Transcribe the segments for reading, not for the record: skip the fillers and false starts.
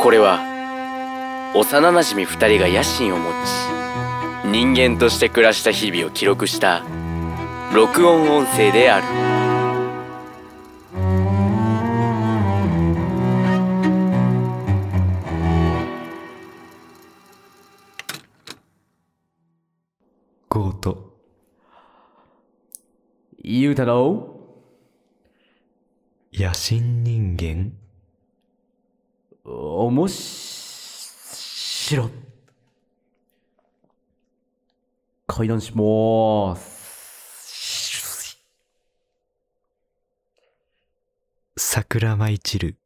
これは幼なじみ2人が野心を持ち人間として暮らした日々を記録した録音音声である。 ゴートゆうたの野心人間おもしろ階段しまーす。 桜舞い散る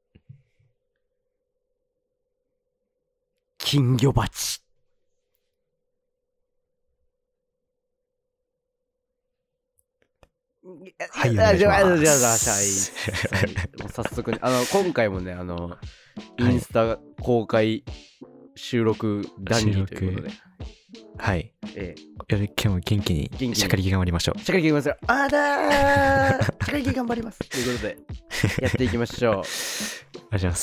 金魚鉢。 はいお願いしますもう早速ね、今回もね、インスタ公開収録談義ということで、 はい、今日も元気にしゃかりき頑張りましょう。 しゃかりき頑張りますよ。しゃかりき頑張りますということでやっていきましょう。 お願いします。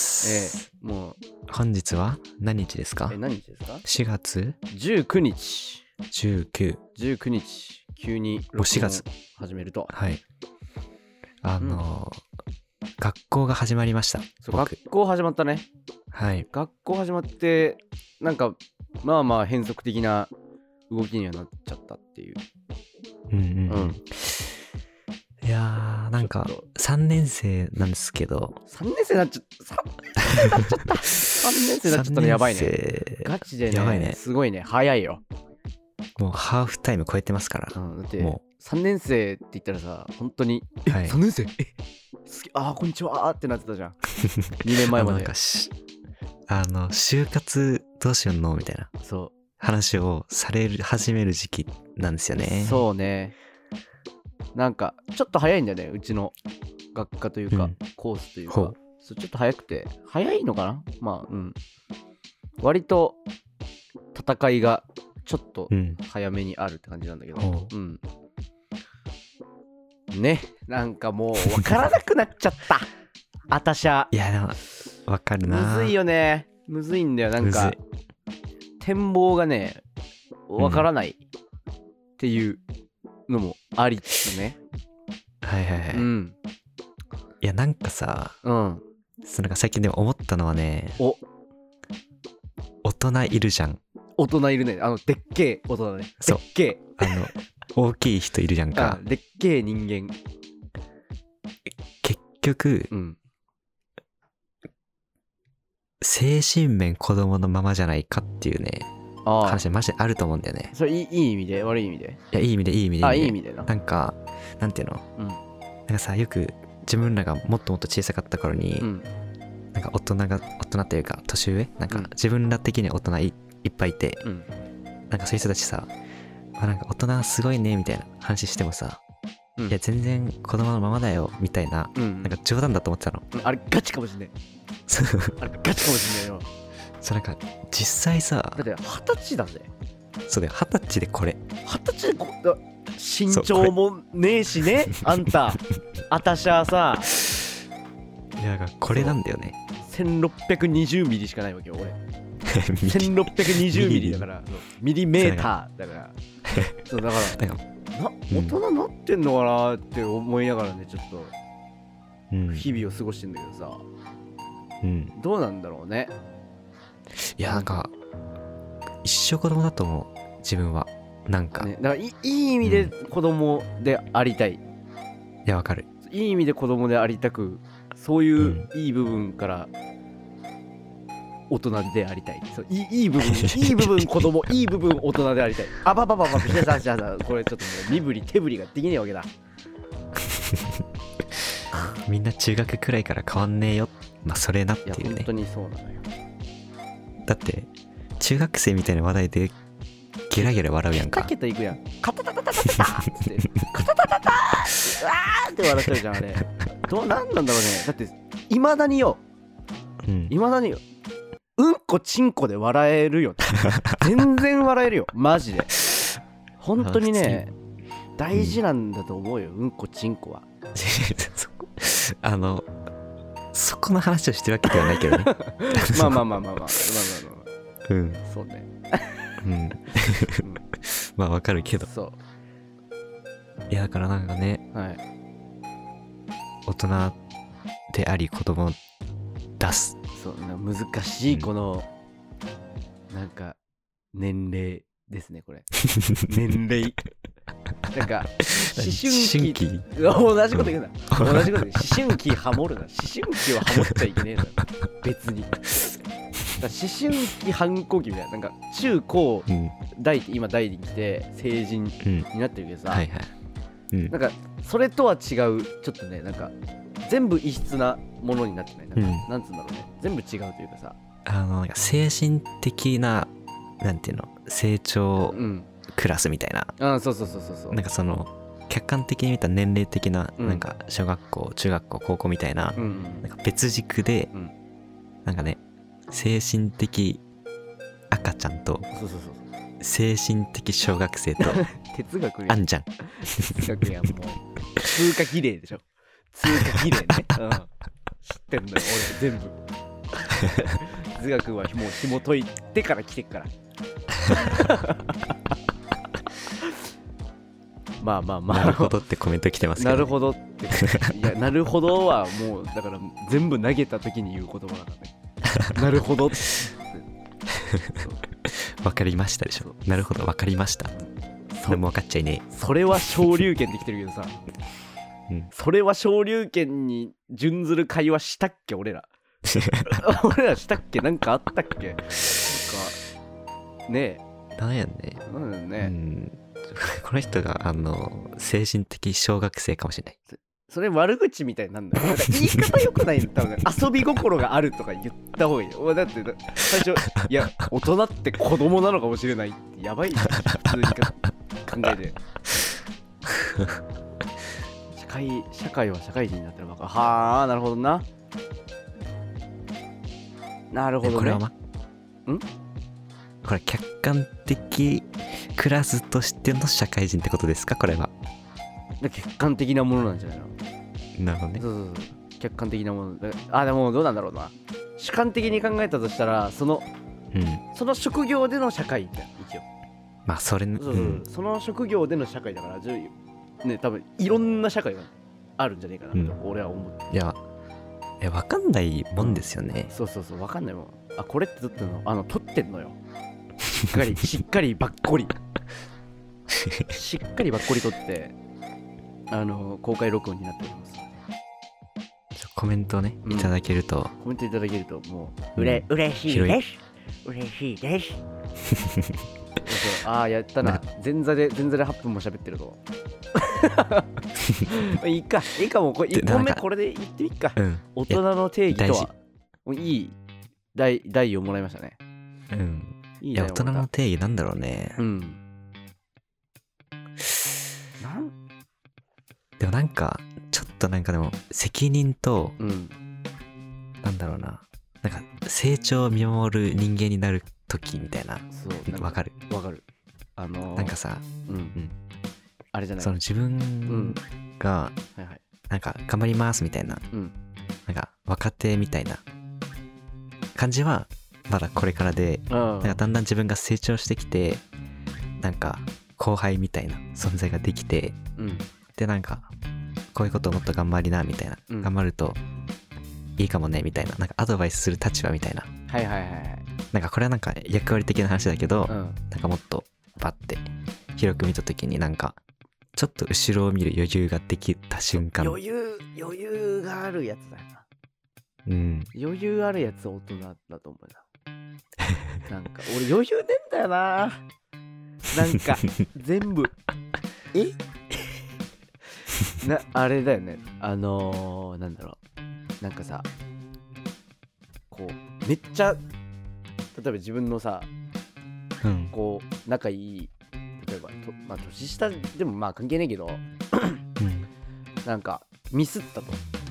もう本日は何日ですか？ 何日ですか ？4月 19日 19 日急に 4月始めると、 はい、学校が始まりました。 そう学校始まったね。 はい、 学校始まってなんかまあまあ変則的な動きにはなっちゃったっていう。 いやーなんか3年生なんですけど、 3年生になっちゃった3年生になっちゃったのやばいね。ガチでね、やばいね。すごいね、早いよ。 もうハーフタイム超えてますから。 だってもう3年生って言ったらさ、本当に3年生こんにちはってなってたじゃん2年前まで。なんか就活どうしようのみたいな話を始める時期なんですよね。 そうね。なんかちょっと早いんだよね、うちの学科というか、コースというか、ちょっと早くて早いのかな。まあ割と戦いがちょっと早めにあるって感じなんだけど、ね、なんかもう分からなくなっちゃったあたしゃ。 いやでも分かるな。 むずいよね。むずいんだよ。なんか展望がね分からないっていうのもありつつね。 はいはいはい。いやなんかさ、なんか最近でも思ったのはね、大人いるじゃん。 大人いるね。でっけえ大人ね。 そう。 でっけえ。 大きい人いるじゃんか。 でっけえ人間。 結局、精神面子供のままじゃないかっていうね、話マジであると思うんだよね。 それいい意味で悪い意味で？ いやいい意味でいい意味で。 いい意味でな。 なんかなんていうの？なんかさ、よく自分らがもっともっと小さかった頃に、なんか大人というか年上、なんか自分ら的には大人いっぱいいて、なんかそういう人たちさ、なんか大人すごいねみたいな話してもさ、いや全然子供のままだよみたいな、なんか冗談だと思ってたの。 あれガチかもしんない。あれガチかもしんないよ。 そうなんか実際さ、 だって20歳だぜ。 そうだよ、20歳でこれ。 20歳で身長もねえしね、あんた。あたしゃさ。 いやこれなんだよね。 1620ミリしかないわけよ俺。1620ミリだからミリメーターだからそうだから大人なってんのかなって思いながらね、ちょっと日々を過ごしてんだけどさ、どうなんだろうね。 いやなんか一生子供だと思う自分は。なんか、 だからいい意味で子供でありたい。 いやわかる。 いい意味で子供でありたく、そういういい部分から大人でありたい。そういい部分子供、いい部分大人でありたい。じゃあこれちょっともう身振り手振りができねえわけだ。 みんな中学くらいから変わんねえよ。まあそれなっていうね。いや本当にそうなのよ。 だって中学生みたいな話題でゲラゲラ笑うやんか。 ケタケタいくやん。カタタタタタタってカタタタタうわーって笑っちゃうじゃんあれ。なんなんだろうね。だっていまだによ、うんこちんこで笑えるよ。全然笑えるよマジで。本当にね大事なんだと思うよ、うんこちんこは。 そ男の話をしてるわけではないけどねまあうんそうねうんまあわかるけど、 そういやだからなんかね、 はい、 大人であり子供を出す、 そう難しいこの、なんか年齢ですねこれ年齢なんか思春期同じこと言うな、同じこと言う、思春期ハモるな、思春期をハモっちゃいけねえのよ別に。思春期反抗期みたいな、なんか中高大って今大に来て成人になってるけどさ、 はいはい、 なんかそれとは違うちょっとね、なんか全部異質なものになってない、なんつうんだろうね、全部違うというかさ、 なんか精神的ななんていうの成長クラスみたいな、 そうなんかその客観的に見た年齢的な、なんか小学校中学校高校みたいな、なんか別軸で、なんかね精神的赤ちゃんと精神的小学生と哲学あんじゃん。 哲学やん、もう通過儀礼でしょ、通過儀礼ね、知ってんだよ俺全部哲学はもう紐解いてから来てっからまあなるほどってコメント来てますけど、ね、 なるほどっていやなるほどはもうだから全部投げた時に言う言葉だからねなるほどって分かりましたでしょ、なるほど分かりました、それも分かっちゃいねえ、 それは昇竜拳できてるけどさ、それは昇竜拳に準ずる会話したっけ俺ら俺らしたっけ、なんかあったっけ、なんかねえなんやねなんだよね、 この人が精神的小学生かもしれない。 それ悪口みたいなんだよ。なんか言い方良くないの、多分、ね、遊び心があるとか言った方がいいよ。だって最初いや大人って子供なのかもしれないってやばい普通に考えて社会は社会人になったらばか、はあなるほどな、なるほどね。 これはこれ客観的クラスとしての社会人ってことですか、これは。 客観的なものなんじゃないの。 なるほどね。 そう客観的なものでもどうなんだろうな、主観的に考えたとしたらその職業での社会みたいな、一応まあそれ、 その職業での社会だからね、多分いろんな社会があるんじゃねえかなと俺は思って、 いや分かんないもんですよね、 そう分かんないもん。これって撮ってんの、撮ってんのよしっかりばっこりしっかりばっこり撮って公開録音になっております。 コメントをね、いただけると、 コメントいただけるともう嬉しいです嬉しいですやったな、前座で8分も喋ってるといいかもう1本目これで言ってみっか、大人の定義とはいい題をもらいましたね。 いや大人の定義なんだろうね。でもなんかちょっとなんかでも責任と、なんだろうな、なんか成長を見守る人間になる時みたいな、わかるなんかさ、 あれじゃない、 その自分がなんか頑張りますみたいな、なんか若手みたいな感じはまだこれからで、なんかだんだん自分が成長してきて、なんか後輩みたいな存在ができて、でなんかこういうことをもっと頑張りなみたいな、頑張るといいかもねみたいな、なんかアドバイスする立場みたいな、なんかこれはなんか役割的な話だけど、なんかもっとバッて広く見た時になんかちょっと後ろを見る余裕ができた瞬間、 余裕があるやつだよな。 余裕あるやつ大人だと思うな。なんか俺余裕ねえんだよな。なんか全部あれだよね、なんだろう、なんかさ、こうめっちゃ例えば自分のさ、こう仲いい、例えば年下でもまあ関係ないけどなんかミスった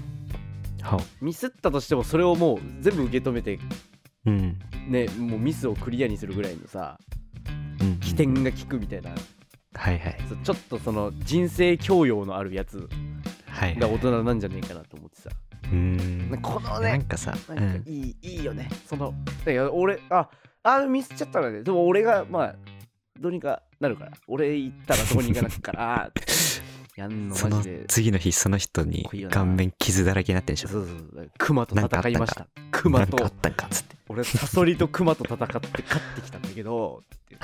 としてもそれをもう全部受け止めて、ね、もうミスをクリアにするぐらいのさ、起点が効くみたいな、ちょっとその人生教養のあるやつが大人なんじゃねえかなと思ってさ、 このねなんかさ、 なんかいいよね。だから俺ミスっちゃったらね、でも俺がまあどうにかなるから、俺行ったらどうにかなるからやんのマジで。 その次の日その人に顔面傷だらけになってんでしょ。 そうクマと戦いました。クマとなんかあったんかっつって。 俺サソリとクマと戦って勝ってきたんだけど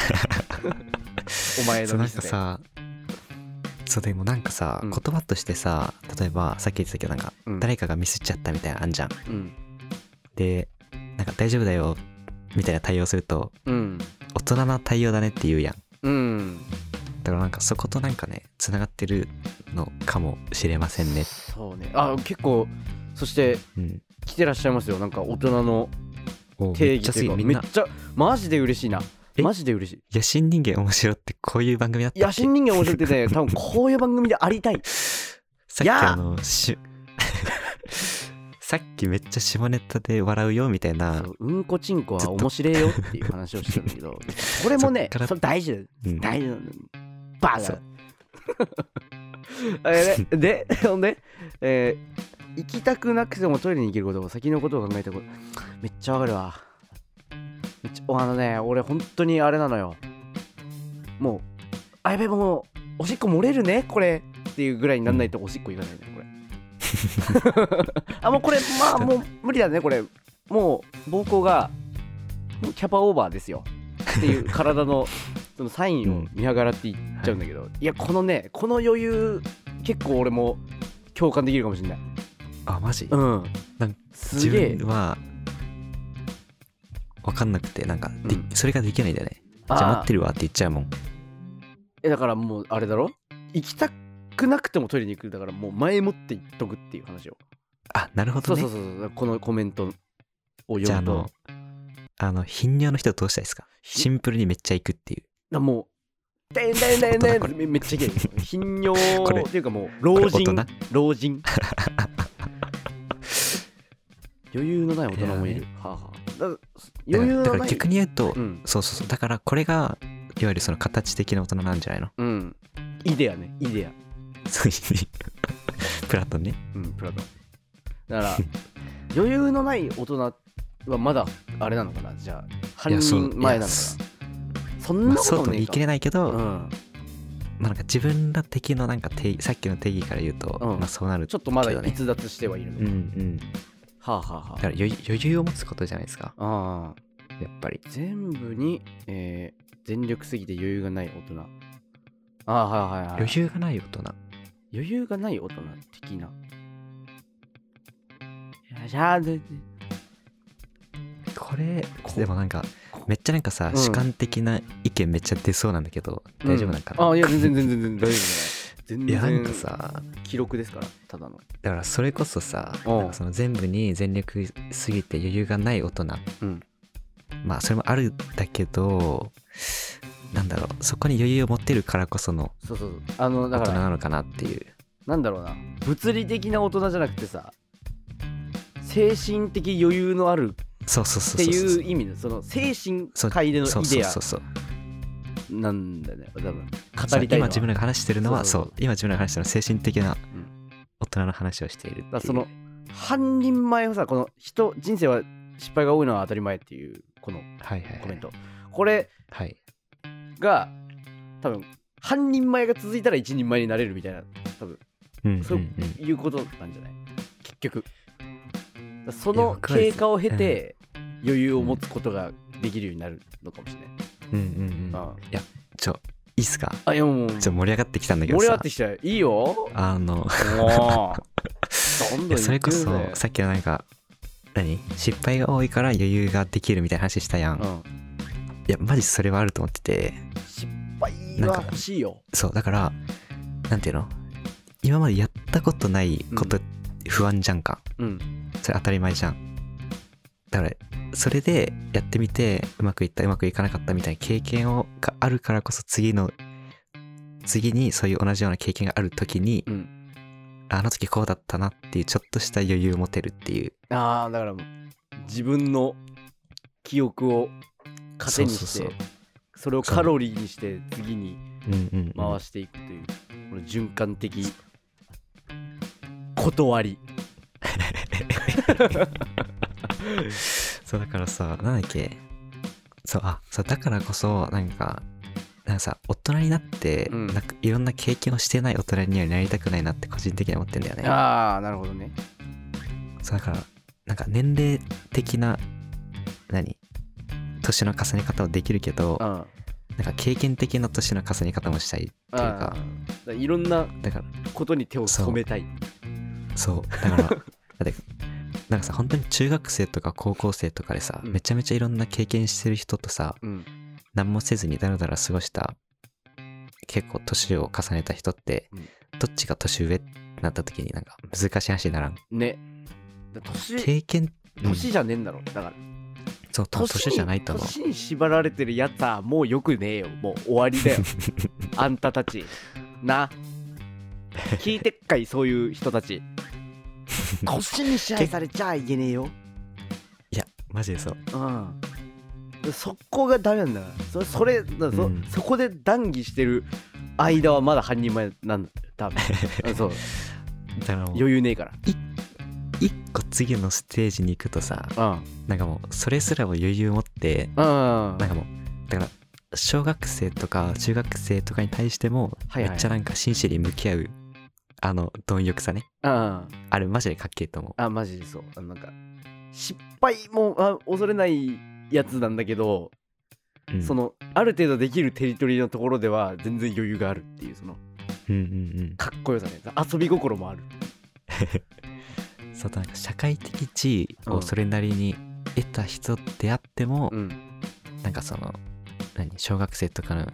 お前のミスで。 そうでもなんかさ、言葉としてさ、例えばさっき言ってたけどなんか、誰かがミスっちゃったみたいなあんじゃん。でなんか大丈夫だよみたいな対応すると、大人な対応だねって言うやん。だからなんかそことなんかねつながってるのかもしれませんね。 そうね。結構そして、来てらっしゃいますよ。なんか大人の定義っていうかめっちゃマジで嬉しいな。マジで嬉しい。 野心人間面白ってこういう番組だったっけ？ 野心人間面白ってね、多分こういう番組でありたい。 さっきさっきめっちゃ下ネタで笑うよみたいな。 うんこちんこは面白いよっていう話をしてたんだけど、これもね、それ大事だよ。大事なの。バカ。で、ほんで、行きたくなくてもトイレに行けることを先のことを考えたこと、めっちゃわかるわ。俺本当にあれなのよ。もうやべ、もうおしっこ漏れるねこれっていうぐらいになんないとおしっこいかないねこれ。もうこれもう無理だねこれ。もう膀胱がキャパオーバーですよっていう体のそのサインを見計らっていっちゃうんだけど、いやこの余裕結構俺も共感できるかもしれない。 マジ？ すげえ。 自分は分かんなくてなんか、それができないんだよね。じゃあ待ってるわって言っちゃうもん。 だからもうあれだろ、行きたくなくてもトイレに行く。だからもう前もって言っとくっていう話を。 なるほどね。 そうこのコメントを読むと。 じゃあ頻尿の人どうしたらいいですか？シンプルにめっちゃ行くっていう。 もうめっちゃいける。頻尿っていうかもう老人余裕のない大人もいる。余裕のない。 だから逆に言うと、そうだからこれがいわゆるその形的な大人なんじゃないの？ イデアね、イデア。 そうプラトンね。 プラトン。だから余裕のない大人はまだあれなのかな。じゃあ半人前なのかな。そんなことねえか。 そうと言い切れないけど、なんか自分ら的のなんかさっきの定義から言うと、そうなる。 ちょっとまだ逸脱してはいるの。だから余裕を持つことじゃないですか。やっぱり全部に、全力すぎて余裕がない大人。 余裕がない大人。 余裕がない大人的な。 これでもなんかめっちゃなんかさ、主観的な意見めっちゃ出そうなんだけど、大丈夫なんかな？ いや全然大丈夫だよ。全然。 いやなんかさ、 記録ですからただの。 だからそれこそさ、なんかその全部に全力すぎて余裕がない大人。まあそれもあるんだけど、なんだろう、そこに余裕を持ってるからこその大人なのかなっていう。 なんだろうな、物理的な大人じゃなくてさ、精神的余裕のあるっていう意味のその精神界でのイデアなんだよね。多分語りたいのは今自分が話してるのは今自分が話してるのは精神的な大人の話をしているっていう。 だその半人前をさ、この人生は失敗が多いのは当たり前っていうこのコメント、これが多分半人前が続いたら一人前になれるみたいな、多分そういうことなんじゃない結局。その経過を経て余裕を持つことができるようになるのかもしれない。 いやいいっすか？ いやもう盛り上がってきたんだけどさ。 盛り上がってきたよ。いいよ。どんどんそれこそさっきのなんか失敗が多いから余裕ができるみたいな話したやん。いやマジそれはあると思ってて、 失敗は欲しいよ。 そうだからなんていうの、今までやったことないこと、不安じゃんか。それ当たり前じゃん。だからそれでやってみてうまくいったうまくいかなかったみたいな経験があるからこそ、次にそういう同じような経験がある時に、あの時こうだったなっていうちょっとした余裕を持てるっていう。だから自分の記憶を糧にしてそれをカロリーにして次に回していくという、この循環的断りそうだからさ、なんだっけ、そうだからこそなんかさ、大人になって、なんかいろんな経験をしてない大人にはなりたくないなって個人的に思ってんだよね。 ああ、なるほどね。 そうだからなんか年齢的な年の重ね方はできるけど、なんか経験的な年の重ね方もしたいっていうか、 いろんなことに手を染めたい。 そうだからだってなんかさ、本当に中学生とか高校生とかでさ、めちゃめちゃいろんな経験してる人とさ、何もせずにだらだら過ごした結構年を重ねた人って、どっちが年上ってなった時になんか難しい話にならんね。経験年じゃねえんだろ。だからそう、年じゃないと思う。 年に縛られてるやつはもうよくねえよ。もう終わりだよ。あんたたちな、聞いてっかい、そういう人たち。年に支配されちゃいけねえよ。 いやマジでそう。 そこがダメなんだから。そこで談義してる間はまだ半人前なんだよ多分。そうだから余裕ねえから。 一個次のステージに行くとさ、なんかもうそれすらも余裕持って、なんかもうだから小学生とか中学生とかに対してもめっちゃなんか真摯に向き合う貪欲さね。あれマジでかっけえと思う。 マジでそう。なんか失敗も恐れないやつなんだけど、そのある程度できるテリトリーのところでは全然余裕があるっていう、そのかっこよさね。遊び心もある。 そうだ、なんか社会的地位をそれなりに得た人であっても、なんかその小学生とかの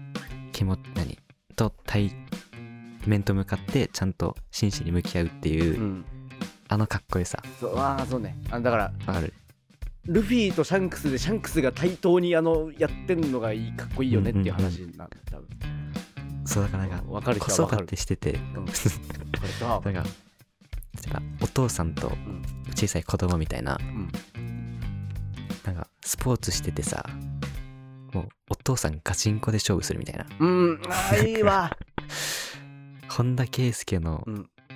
と対面と向かってちゃんと真摯に向き合うっていう、かっこよさ。 そうね。だからある。 ルフィとシャンクスでシャンクスが対等にやってんのがかっこいいよねっていう話なんだ多分。 そうだからなんか子育てしてて、なんか例えばお父さんと小さい子供みたいな、なんかスポーツしててさ、もうお父さんガチンコで勝負するみたいな。 いいわ。 本田圭佑の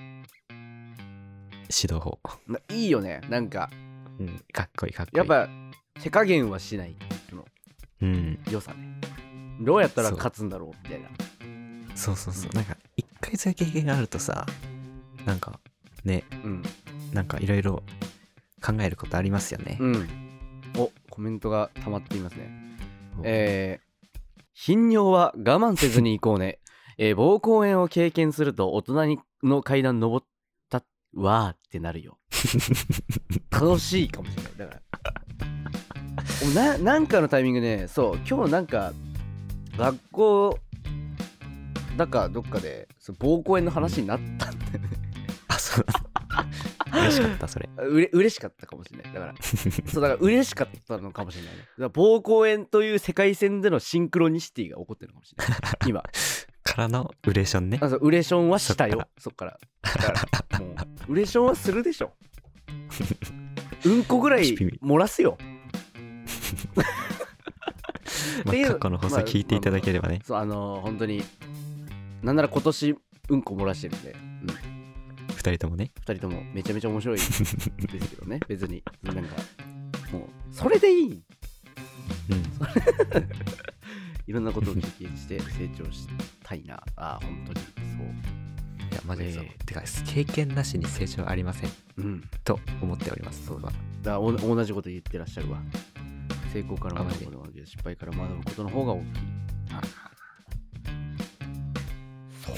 指導法。 いいよね。なんか、 かっこいいかっこいい。 やっぱ手加減はしない、その良さね。どうやったら勝つんだろうみたいな。 そうなんか一回そういう経験があるとさ、なんかね、なんかいろいろ考えることありますよね。 コメントが溜まっていますね。頻尿は我慢せずに行こうね。膀胱炎を経験すると大人の階段登ったわーってなるよ。楽しいかもしれない。だからなんかのタイミングで、そう今日なんか学校だかどっかで膀胱炎の話になったんだよね。 そう嬉しかった。それ嬉しかったかもしれない。だからだから嬉しかったのかもしれないね。だから膀胱炎という世界線でのシンクロニシティが起こってるのかもしれない今からのウレションね。 ウレションはしたよ。そっからもうウレションはするでしょ。うんこぐらい漏らすよ。 過去の放送聞いていただければね。 本当になんなら今年うんこ漏らしてるんで、 2人ともね。 2人ともめちゃめちゃ面白いですけどね。別になんかもうそれでいい。いろんなことを経験して成長したいな。本当にそう。 いやマジでそう。てか経験なしに成長ありません。と思っております。 そうだ。だから同じこと言ってらっしゃるわ。成功から学ぶことが失敗から学ぶことの方が大きい。そう。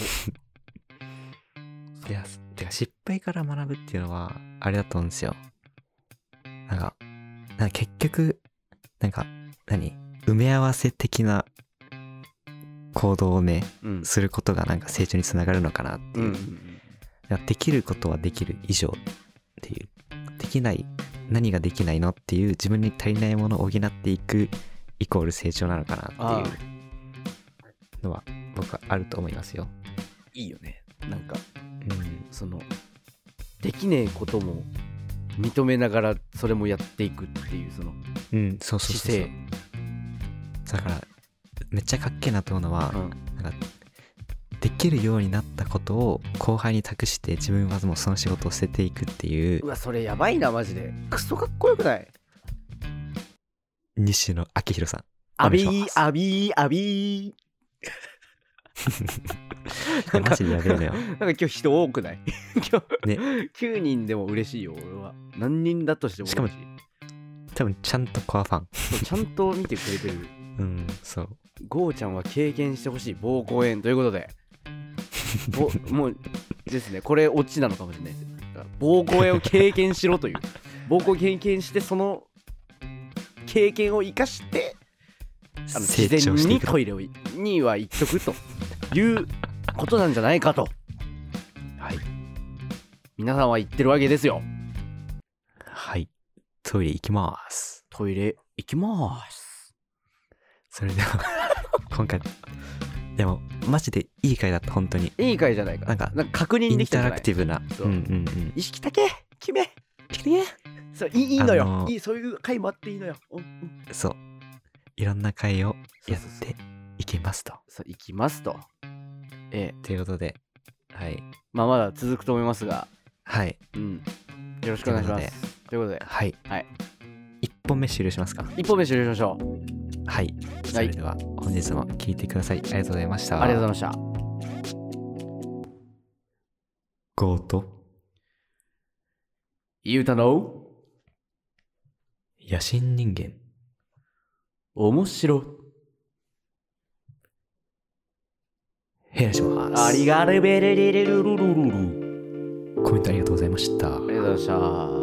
いやてか失敗から学ぶっていうのはあれだと思うんですよ。なんか結局なんか埋め合わせ的な行動をね、することがなんか成長につながるのかなっていう。できることはできる以上っていう、できない何ができないのっていう自分に足りないものを補っていくイコール成長なのかなっていうのは僕はあると思いますよ。 いいよね。なんか、そのできねえことも認めながらそれもやっていくっていうその姿勢。 だからめっちゃかっけえなと思うのは、なんかできるようになったことを後輩に託して自分はもうその仕事を捨てていくっていう。 うわそれやばいなマジで。クソかっこよくない？ 西野昭弘さん。 アビーアビーアビーマジでやべえのよ。 なんか今日人多くない？今日、ね、9人でも嬉しいよ俺は。何人だとしても嬉しい。しかも多分ちゃんとコアファン。 ちゃんと見てくれてる。 うん、そう。 ゴーちゃんは経験してほしい膀胱炎ということでもうですね、これオチなのかもしれないです。膀胱炎を経験しろという膀胱を経験して、その経験を生かして自然にトイレには行っとくということなんじゃないかと、はい、皆さんは言ってるわけですよ。 はい、トイレ行きます。 トイレ行きます。 それでは今回でもマジでいい回だった。本当にいい回じゃないか。なんか確認できたじゃない。インタラクティブな。 意識だけ決めそういいのよ、いい、そういう回もあっていいのよ、 そう、いろんな回をやっていきますと。 そういきますと。 ということで、はい。 まだ続くと思いますが、 はい。 よろしくお願いします。ということで、 はい。1本目終了しますか。 1本目終了しましょう。 はい。それでは本日も聞いてください。ありがとうございました。 ありがとうございました。 ゴーとゆうたの野心人間面白ヘアします。 ありがれべれれれるるるるる。 コメントありがとうございました。 ありがとうございました。